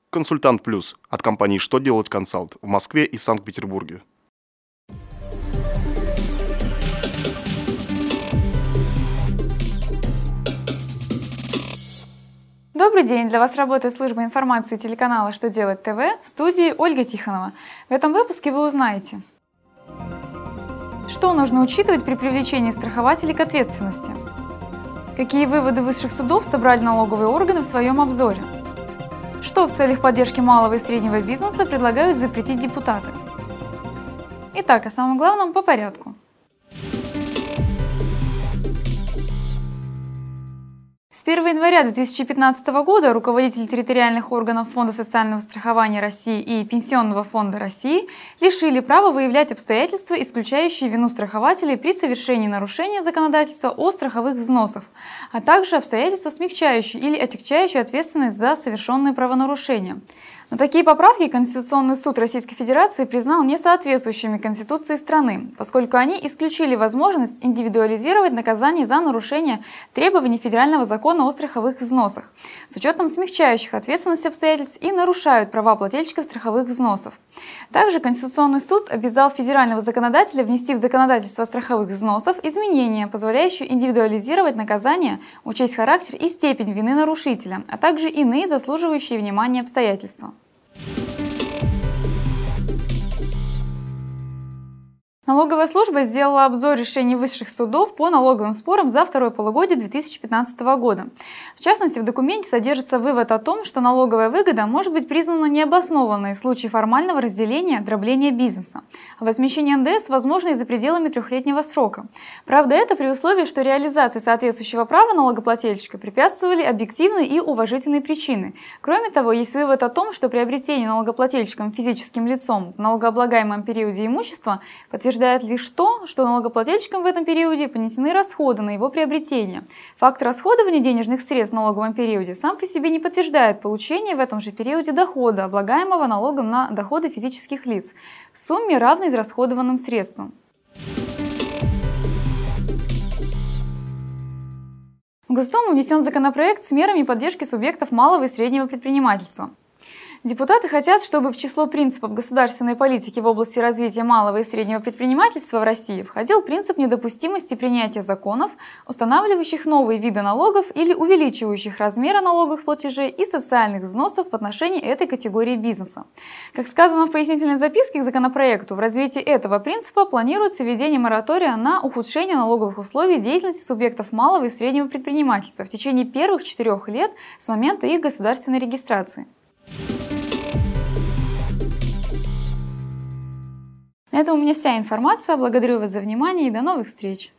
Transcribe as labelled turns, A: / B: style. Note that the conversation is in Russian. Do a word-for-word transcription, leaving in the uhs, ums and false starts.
A: Консультант Плюс от компании «Что делать консалт» в Москве и Санкт-Петербурге.
B: Добрый день! Для вас работает служба информации телеканала «Что делать ТВ», в студии Ольга Тихонова. В этом выпуске вы узнаете, что нужно учитывать при привлечении страхователей к ответственности, какие выводы высших судов собрали налоговые органы в своем обзоре, что в целях поддержки малого и среднего бизнеса предлагают запретить депутаты. Итак, о самом главном по порядку. С первого января две тысячи пятнадцатого года руководители территориальных органов Фонда социального страхования России и Пенсионного фонда России лишили права выявлять обстоятельства, исключающие вину страхователей при совершении нарушения законодательства о страховых взносах, а также обстоятельства, смягчающие или отягчающие ответственность за совершенные правонарушения. Но такие поправки Конституционный суд Российской Федерации признал несоответствующими Конституции страны, поскольку они исключили возможность индивидуализировать наказание за нарушение требований Федерального закона о страховых взносах с учетом смягчающих ответственность обстоятельств и нарушают права плательщиков страховых взносов. Также Конституционный суд обязал федерального законодателя внести в законодательство страховых взносов изменения, позволяющие индивидуализировать наказание, учесть характер и степень вины нарушителя, а также иные заслуживающие внимания обстоятельства. Налоговая служба сделала обзор решений высших судов по налоговым спорам за второе полугодие две тысячи пятнадцатого года. В частности, в документе содержится вывод о том, что налоговая выгода может быть признана необоснованной в случае формального разделения, дробления бизнеса. А возмещение эн дэ эс возможно и за пределами трехлетнего срока. Правда, это при условии, что реализации соответствующего права налогоплательщика препятствовали объективные и уважительные причины. Кроме того, есть вывод о том, что приобретение налогоплательщиком физическим лицом в налогооблагаемом периоде имущества подтверждает лишь то, что налогоплательщикам в этом периоде понесены расходы на его приобретение. Факт расходования денежных средств в налоговом периоде сам по себе не подтверждает получение в этом же периоде дохода, облагаемого налогом на доходы физических лиц, в сумме, равной израсходованным средствам. В Госдуму внесен законопроект с мерами поддержки субъектов малого и среднего предпринимательства. Депутаты хотят, чтобы в число принципов государственной политики в области развития малого и среднего предпринимательства в России входил принцип недопустимости принятия законов, устанавливающих новые виды налогов или увеличивающих размеры налоговых платежей и социальных взносов в отношении этой категории бизнеса. Как сказано в пояснительной записке к законопроекту, в развитии этого принципа планируется введение моратория на ухудшение налоговых условий деятельности субъектов малого и среднего предпринимательства в течение первых четырех лет с момента их государственной регистрации. На этом у меня вся информация. Благодарю вас за внимание и до новых встреч!